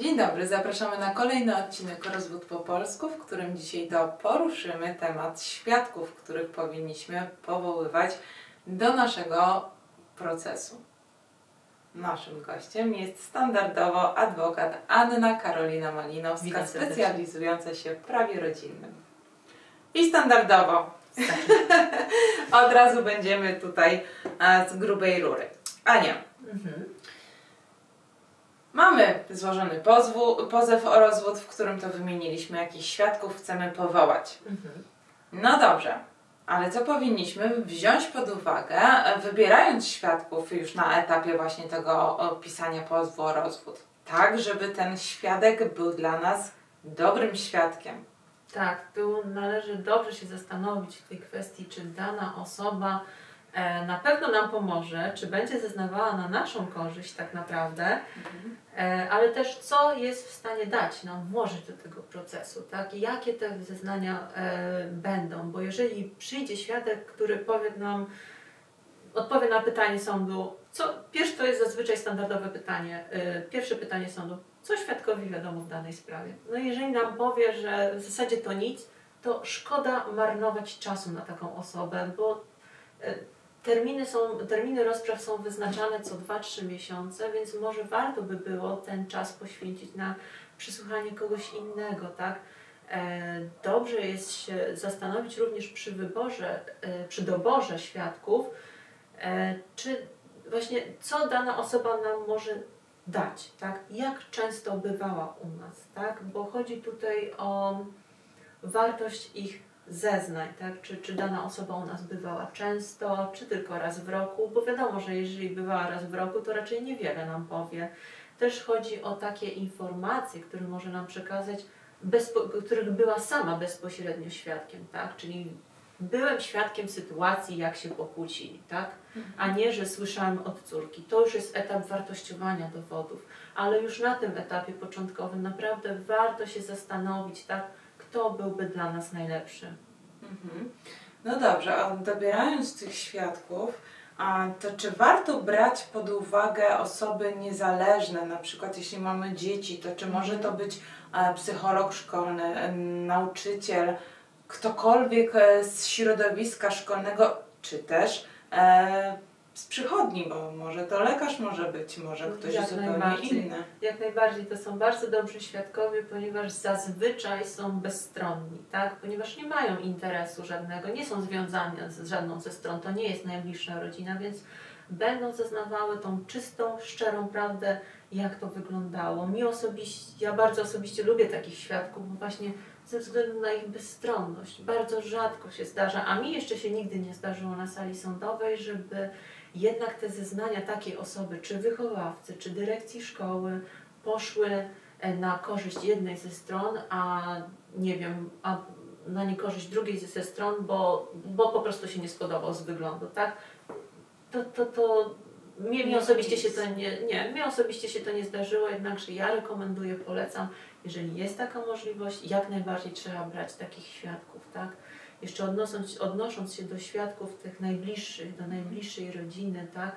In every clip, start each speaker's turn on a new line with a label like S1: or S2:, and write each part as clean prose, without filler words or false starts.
S1: Dzień dobry, zapraszamy na kolejny odcinek Rozwód po polsku, w którym dzisiaj to poruszymy temat świadków, których powinniśmy powoływać do naszego procesu. Naszym gościem jest standardowo adwokat Anna Karolina Malinowska, specjalizująca się w prawie rodzinnym. I standardowo od razu będziemy tutaj z grubej rury. Ania, mamy złożony pozew o rozwód, w którym to wymieniliśmy jakichś świadków, chcemy powołać. No dobrze, ale co powinniśmy wziąć pod uwagę, wybierając świadków już na etapie właśnie tego pisania pozwu o rozwód, tak żeby ten świadek był dla nas dobrym świadkiem.
S2: Tak, tu należy dobrze się zastanowić w tej kwestii, czy dana osoba na pewno nam pomoże, czy będzie zeznawała na naszą korzyść tak naprawdę, ale też co jest w stanie dać nam, włożyć do tego procesu, tak? I jakie te zeznania będą, bo jeżeli przyjdzie świadek, który odpowie na pytanie sądu, pierwsze to jest zazwyczaj standardowe pytanie, pierwsze pytanie sądu, co świadkowi wiadomo w danej sprawie. No jeżeli nam powie, że w zasadzie to nic, to szkoda marnować czasu na taką osobę, bo terminy rozpraw są wyznaczane co 2-3 miesiące, więc może warto by było ten czas poświęcić na przesłuchanie kogoś innego, tak? Dobrze jest się zastanowić również przy doborze świadków, czy właśnie co dana osoba nam może dać, tak? Jak często bywała u nas, tak? Bo chodzi tutaj o wartość ich zeznań, tak? Czy dana osoba u nas bywała często, czy tylko raz w roku, bo wiadomo, że jeżeli bywała raz w roku, to raczej niewiele nam powie. Też chodzi o takie informacje, które może nam przekazać, których była sama bezpośrednio świadkiem, tak? Czyli byłem świadkiem sytuacji, jak się pokłócili, tak? A nie, że słyszałam od córki. To już jest etap wartościowania dowodów, ale już na tym etapie początkowym naprawdę warto się zastanowić, tak? Kto byłby dla nas najlepszy.
S1: No dobrze, a dobierając tych świadków, to czy warto brać pod uwagę osoby niezależne, na przykład jeśli mamy dzieci, to czy może to być psycholog szkolny, nauczyciel, ktokolwiek z środowiska szkolnego, czy też z przychodni, bo może to lekarz może być, może ktoś zupełnie inny.
S2: Jak najbardziej, to są bardzo dobrzy świadkowie, ponieważ zazwyczaj są bezstronni, tak? Ponieważ nie mają interesu żadnego, nie są związani z żadną ze stron, to nie jest najbliższa rodzina, więc będą zeznawały tą czystą, szczerą prawdę, jak to wyglądało. Ja bardzo osobiście lubię takich świadków, bo właśnie ze względu na ich bezstronność. Bardzo rzadko się zdarza, a mi jeszcze się nigdy nie zdarzyło na sali sądowej, żeby jednak te zeznania takiej osoby, czy wychowawcy, czy dyrekcji szkoły poszły na korzyść jednej ze stron, a nie wiem, a na niekorzyść drugiej ze stron, bo po prostu się nie spodobał z wyglądu, tak? Mnie osobiście się to nie zdarzyło, jednakże ja rekomenduję, polecam, jeżeli jest taka możliwość, jak najbardziej trzeba brać takich świadków, tak? Jeszcze odnosząc się do świadków tych najbliższych, do najbliższej rodziny, tak?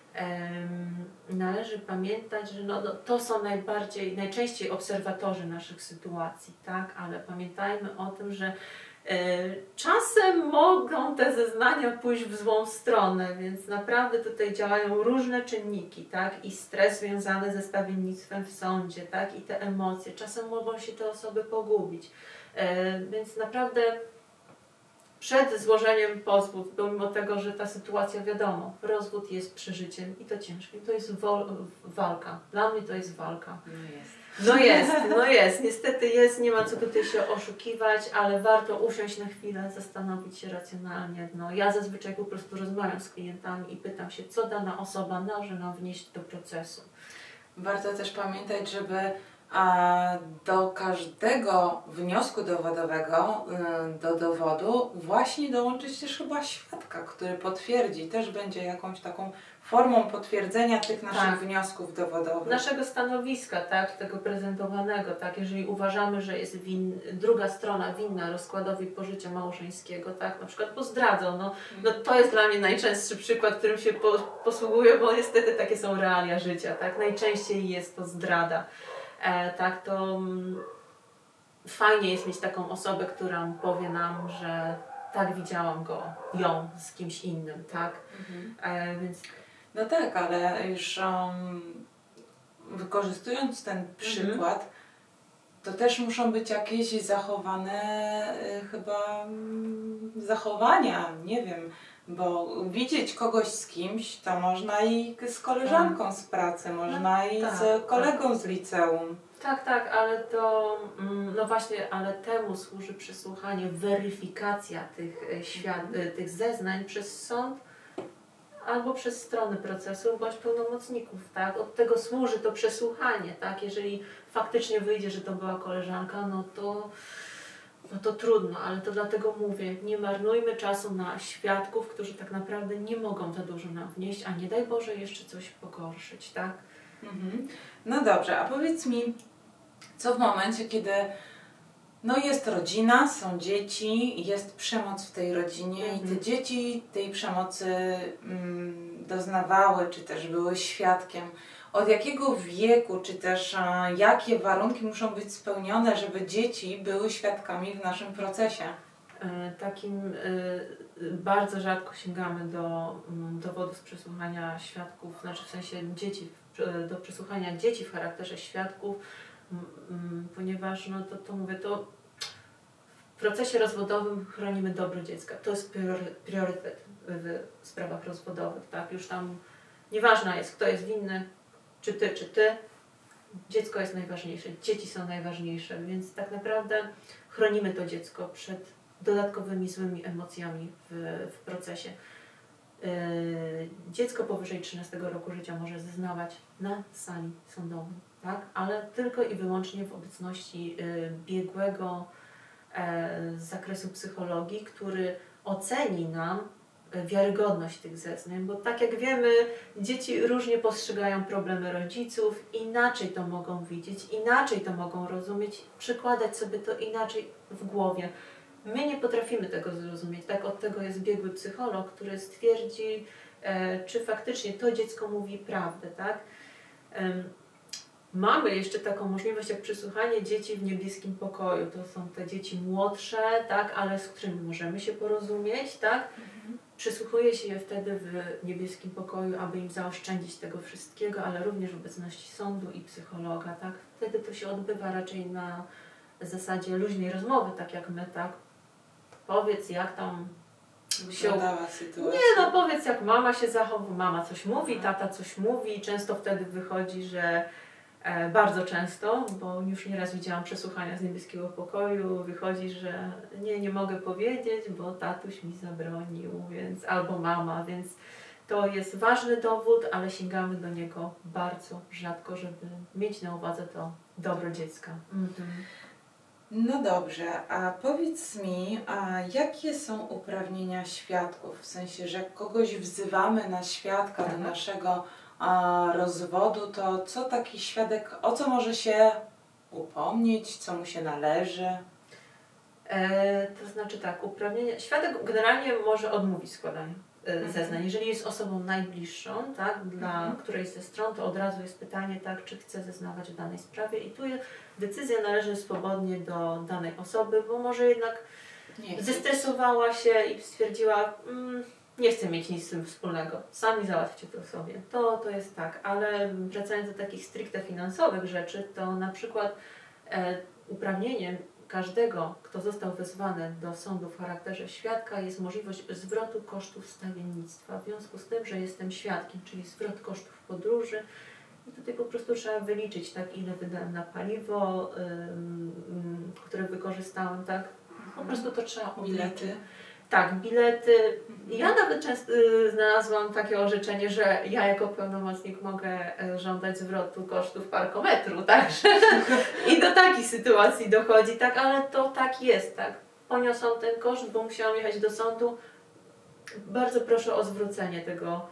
S2: Należy pamiętać, że to są najczęściej obserwatorzy naszych sytuacji, tak? Ale pamiętajmy o tym, że czasem mogą te zeznania pójść w złą stronę, więc naprawdę tutaj działają różne czynniki, tak? I stres związany ze stawiennictwem w sądzie, tak? I te emocje. Czasem mogą się te osoby pogubić. Więc naprawdę przed złożeniem pozwów, pomimo tego, że ta sytuacja, wiadomo, rozwód jest przeżyciem i to ciężkim, to jest walka. Dla mnie to jest walka. No jest, niestety jest, nie ma co tutaj się oszukiwać, ale warto usiąść na chwilę, zastanowić się racjonalnie. Ja zazwyczaj po prostu rozmawiam z klientami i pytam się, co dana osoba może nam wnieść do procesu.
S1: Warto też pamiętać, żeby do każdego wniosku dowodowego, do dowodu właśnie dołączyć też chyba świadka, który potwierdzi, też będzie jakąś taką formą potwierdzenia tych naszych wniosków dowodowych.
S2: Naszego stanowiska, tak, tego prezentowanego, tak, jeżeli uważamy, że jest druga strona winna rozkładowi pożycia małżeńskiego, tak, na przykład pozdradzał, no to jest dla mnie najczęstszy przykład, którym się posługuję, bo niestety takie są realia życia, tak, najczęściej jest to zdrada. tak, to fajnie jest mieć taką osobę, która powie nam, że tak, widziałam ją z kimś innym, tak? Więc
S1: No tak, ale już wykorzystując ten przykład, to też muszą być jakieś zachowane chyba zachowania, nie wiem, bo widzieć kogoś z kimś to można i z koleżanką z pracy, można i z kolegą z liceum.
S2: Tak, ale to, no właśnie, ale temu służy przesłuchanie, weryfikacja tych zeznań przez sąd albo przez strony procesu bądź pełnomocników, tak? Od tego służy to przesłuchanie, tak? Jeżeli faktycznie wyjdzie, że to była koleżanka, no to trudno, ale to dlatego mówię, nie marnujmy czasu na świadków, którzy tak naprawdę nie mogą za dużo nam wnieść, a nie daj Boże jeszcze coś pogorszyć, tak?
S1: No dobrze, a powiedz mi, co w momencie, kiedy no jest rodzina, są dzieci, jest przemoc w tej rodzinie i te dzieci tej przemocy doznawały, czy też były świadkiem. Od jakiego wieku, czy też jakie warunki muszą być spełnione, żeby dzieci były świadkami w naszym procesie?
S2: Bardzo rzadko sięgamy do dowodu z przesłuchania świadków, znaczy w sensie dzieci, do przesłuchania dzieci w charakterze świadków, ponieważ no to mówię, to w procesie rozwodowym chronimy dobro dziecka. To jest priorytet w sprawach rozwodowych, tak? Już tam nieważne jest, kto jest winny, czy ty, dziecko jest najważniejsze, dzieci są najważniejsze, więc tak naprawdę chronimy to dziecko przed dodatkowymi złymi emocjami w procesie. Dziecko powyżej 13 roku życia może zeznawać na sali sądowej, tak? Ale tylko i wyłącznie w obecności biegłego z zakresu psychologii, który oceni nam wiarygodność tych zeznań, bo tak jak wiemy, dzieci różnie postrzegają problemy rodziców, inaczej to mogą widzieć, inaczej to mogą rozumieć, przykładać sobie to inaczej w głowie. My nie potrafimy tego zrozumieć, tak? Od tego jest biegły psycholog, który stwierdzi, czy faktycznie to dziecko mówi prawdę, tak? Mamy jeszcze taką możliwość jak przesłuchanie dzieci w niebieskim pokoju. To są te dzieci młodsze, tak, ale z którymi możemy się porozumieć, tak? Przysłuchuje się je wtedy w niebieskim pokoju, aby im zaoszczędzić tego wszystkiego, ale również w obecności sądu i psychologa, tak? Wtedy to się odbywa raczej na zasadzie luźnej rozmowy, tak jak my, tak? Powiedz, jak tam się...
S1: sytuacja.
S2: Nie, no powiedz, jak mama się zachowuje, mama coś mówi, tata coś mówi, często wtedy wychodzi, że bardzo często, bo już nieraz widziałam przesłuchania z niebieskiego pokoju, wychodzi, że nie mogę powiedzieć, bo tatuś mi zabronił, więc albo mama, więc to jest ważny dowód, ale sięgamy do niego bardzo rzadko, żeby mieć na uwadze to dobro dziecka.
S1: No dobrze, a powiedz mi, jakie są uprawnienia świadków? W sensie, że jak kogoś wzywamy na świadka do naszego rozwodu, to co taki świadek, o co może się upomnieć, co mu się należy?
S2: To znaczy tak, uprawnienia, świadek generalnie może odmówić składania zeznań. Jeżeli jest osobą najbliższą, tak, dla którejś ze stron, to od razu jest pytanie, tak, czy chce zeznawać w danej sprawie i tu decyzja należy swobodnie do danej osoby, bo może jednak zestresowała się i stwierdziła, nie chcę mieć nic z tym wspólnego, sami załatwcie to sobie. To jest tak, ale wracając do takich stricte finansowych rzeczy, to na przykład uprawnieniem każdego, kto został wezwany do sądu w charakterze świadka, jest możliwość zwrotu kosztów stawiennictwa. W związku z tym, że jestem świadkiem, czyli zwrot kosztów podróży, i tutaj po prostu trzeba wyliczyć, tak, ile wydałem na paliwo, które wykorzystałem, tak. Po prostu to trzeba odliczyć.
S1: Bilety?
S2: Tak, bilety. Ja nawet często znalazłam takie orzeczenie, że ja jako pełnomocnik mogę żądać zwrotu kosztów parkometru, także i do takiej sytuacji dochodzi, tak, ale to tak jest, tak. Poniosłam ten koszt, bo musiałam jechać do sądu. Bardzo proszę o zwrócenie tego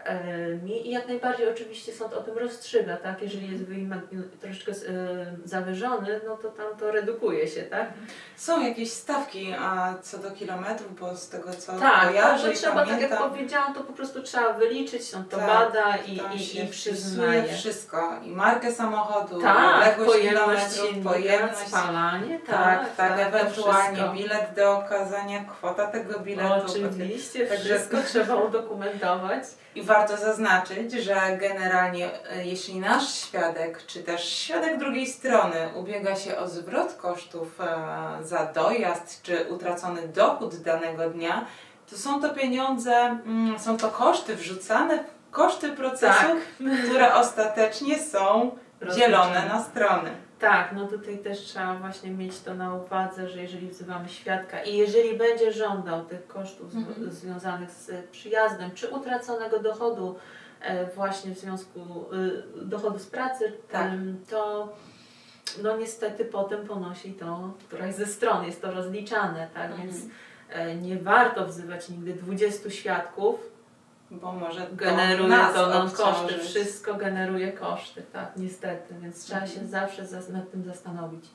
S2: mi i jak najbardziej oczywiście sąd o tym rozstrzyga, tak? Jeżeli jest troszeczkę zawyżony, no to tam to redukuje się, tak?
S1: Są jakieś stawki co do kilometrów, bo z tego co
S2: Tak,
S1: kojarzę
S2: to
S1: i
S2: trzeba,
S1: pamiętam,
S2: tak jak powiedziałam, to po prostu trzeba wyliczyć, sąd to
S1: tak,
S2: bada
S1: tam
S2: i
S1: się
S2: przyznaje.
S1: wpisuje wszystko. I markę samochodu,
S2: Tak,
S1: odległość
S2: pojemność
S1: kilometrów,
S2: silnika,
S1: pojemność,
S2: spalanie,
S1: tak, ewentualnie
S2: wszystko.
S1: bilet do okazania, kwota tego biletu.
S2: Oczywiście,
S1: Także-
S2: wszystko trzeba udokumentować.
S1: I warto zaznaczyć, że generalnie jeśli nasz świadek, czy też świadek drugiej strony ubiega się o zwrot kosztów za dojazd, czy utracony dochód danego dnia, to są to pieniądze, są to koszty wrzucane w koszty procesu, które ostatecznie są dzielone na strony.
S2: Tak, no tutaj też trzeba właśnie mieć to na uwadze, że jeżeli wzywamy świadka i jeżeli będzie żądał tych kosztów związanych z przyjazdem, czy utraconego dochodu właśnie w związku dochodu z pracy,
S1: Tak.
S2: to no niestety potem ponosi to któraś ze stron, jest to rozliczane, tak, więc nie warto wzywać nigdy 20 świadków,
S1: Bo może
S2: generuje
S1: nas
S2: to nam koszty,
S1: obciążyć.
S2: wszystko generuje koszty, tak, niestety, więc trzeba się zawsze nad tym zastanowić.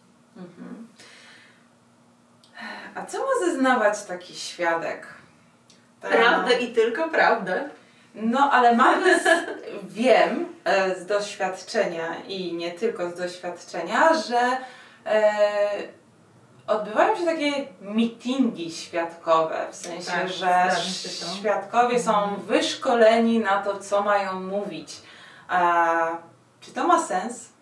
S1: A co ma zeznawać taki świadek?
S2: Prawdę i tylko prawdę.
S1: No, ale wiem z doświadczenia i nie tylko z doświadczenia, że odbywają się takie meetingi świadkowe, w sensie,
S2: Tak,
S1: że
S2: zdarza się to.
S1: świadkowie są wyszkoleni na to, co mają mówić. Czy to ma sens?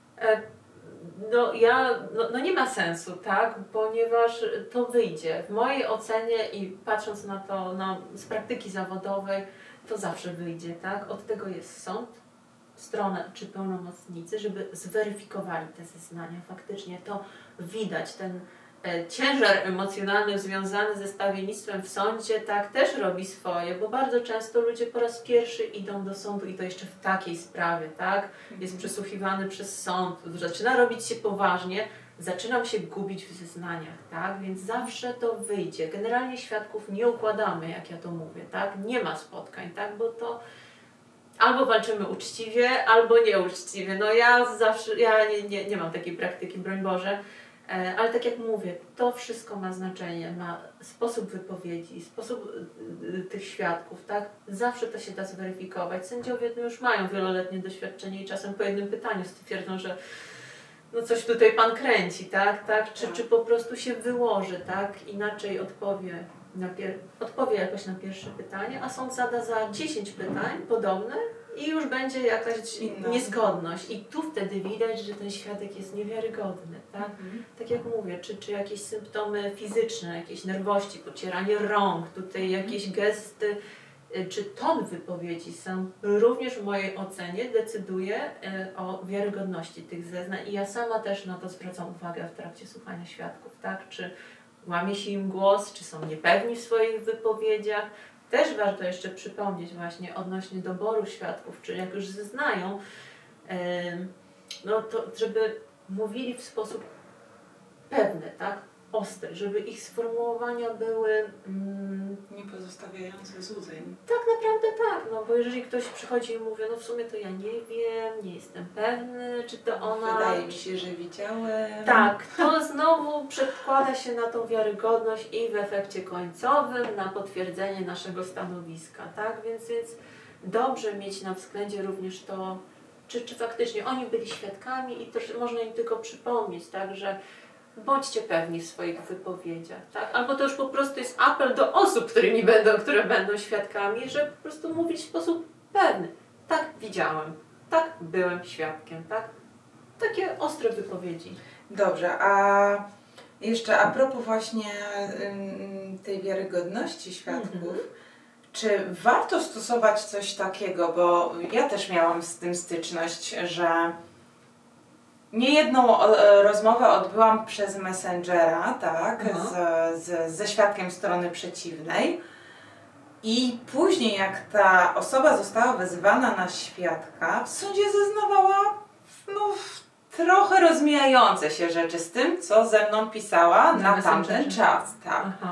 S2: No nie ma sensu, tak, ponieważ to wyjdzie. W mojej ocenie i patrząc na to z praktyki zawodowej, to zawsze wyjdzie, tak. Od tego jest sąd, strona czy pełnomocnicy, żeby zweryfikowali te zeznania. Faktycznie to widać, ten ciężar emocjonalny związany ze stawiennictwem w sądzie, tak, też robi swoje, bo bardzo często ludzie po raz pierwszy idą do sądu i to jeszcze w takiej sprawie, tak, jest przesłuchiwany przez sąd, zaczyna robić się poważnie, zaczynam się gubić w zeznaniach, tak, więc zawsze to wyjdzie. Generalnie świadków nie układamy, jak ja to mówię, tak, nie ma spotkań, tak, bo to albo walczymy uczciwie, albo nieuczciwie. No ja nie mam takiej praktyki, broń Boże. Ale tak jak mówię, to wszystko ma znaczenie, ma sposób wypowiedzi, sposób tych świadków, tak? Zawsze to się da zweryfikować. Sędziowie już mają wieloletnie doświadczenie i czasem po jednym pytaniu stwierdzą, że no coś tutaj pan kręci, tak? Czy po prostu się wyłoży, tak? Inaczej odpowie jakoś na pierwsze pytanie, a sąd zada za 10 pytań podobne i już będzie jakaś niezgodność. I tu wtedy widać, że ten świadek jest niewiarygodny, tak? Tak jak mówię, czy jakieś symptomy fizyczne, jakieś nerwości, pocieranie rąk, tutaj jakieś gesty, czy ton wypowiedzi są również w mojej ocenie decyduje o wiarygodności tych zeznań i ja sama też na to zwracam uwagę w trakcie słuchania świadków, tak? Czy łamie się im głos, czy są niepewni w swoich wypowiedziach. Też warto jeszcze przypomnieć właśnie odnośnie doboru świadków, czy jak już zeznają, no to żeby mówili w sposób pewny, tak? Ostry, żeby ich sformułowania były
S1: Nie pozostawiające złudzeń.
S2: tak naprawdę tak, no bo jeżeli ktoś przychodzi i mówi, no w sumie to ja nie wiem, nie jestem pewny, czy to ona...
S1: Wydaje mi się, że widziałem.
S2: Tak, to znowu przekłada się na tą wiarygodność i w efekcie końcowym na potwierdzenie naszego stanowiska, tak? Więc dobrze mieć na względzie również to, czy faktycznie oni byli świadkami i też można im tylko przypomnieć, tak, że bądźcie pewni w swoich wypowiedziach, tak? Albo to już po prostu jest apel do osób, które będą świadkami, że po prostu mówić w sposób pewny. Tak, widziałem, tak, byłem świadkiem, tak? Takie ostre wypowiedzi.
S1: Dobrze, a jeszcze a propos właśnie tej wiarygodności świadków, czy warto stosować coś takiego, bo ja też miałam z tym styczność, że niejedną rozmowę odbyłam przez Messengera, tak, ze świadkiem strony przeciwnej i później jak ta osoba została wezwana na świadka, w sądzie zeznawała trochę rozmijające się rzeczy z tym, co ze mną pisała na tamten czas, tak.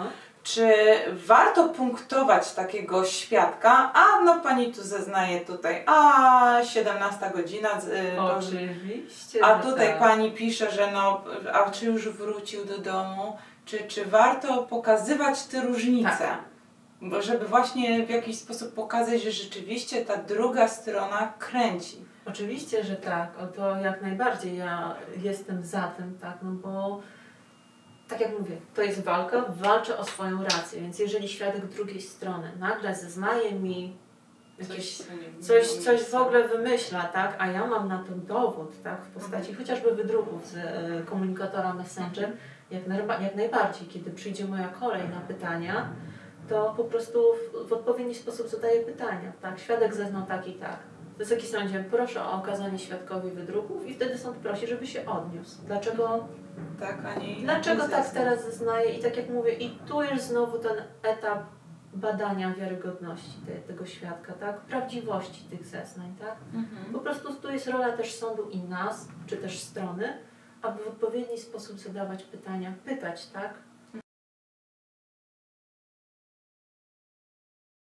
S1: Czy warto punktować takiego świadka? A no pani tu zeznaje tutaj, 17 godzina.
S2: Oczywiście.
S1: A
S2: że
S1: tutaj
S2: tak.
S1: pani pisze, że no, a czy już wrócił do domu? Czy warto pokazywać te różnice?
S2: Tak.
S1: Bo żeby właśnie w jakiś sposób pokazać, że rzeczywiście ta druga strona kręci.
S2: Oczywiście, że tak. O to jak najbardziej ja jestem za tym, tak, no bo tak jak mówię, to jest walka, walczę o swoją rację, więc jeżeli świadek drugiej strony nagle zeznaje mi jakieś coś w ogóle wymyśla, tak, a ja mam na to dowód, tak, w postaci chociażby wydruków z komunikatora Messenger, jak najbardziej, kiedy przyjdzie moja kolej na pytania, to po prostu w odpowiedni sposób zadaję pytania, tak, świadek zeznał tak i tak. Wysoki sądzie, proszę o okazanie świadkowi wydruków i wtedy sąd prosi, żeby się odniósł. Dlaczego tak teraz zeznaje? I tak jak mówię, i tu jest znowu ten etap badania wiarygodności tego świadka, tak? Prawdziwości tych zeznań, tak? Po prostu tu jest rola też sądu i nas, czy też strony, aby w odpowiedni sposób zadawać pytania, pytać, tak?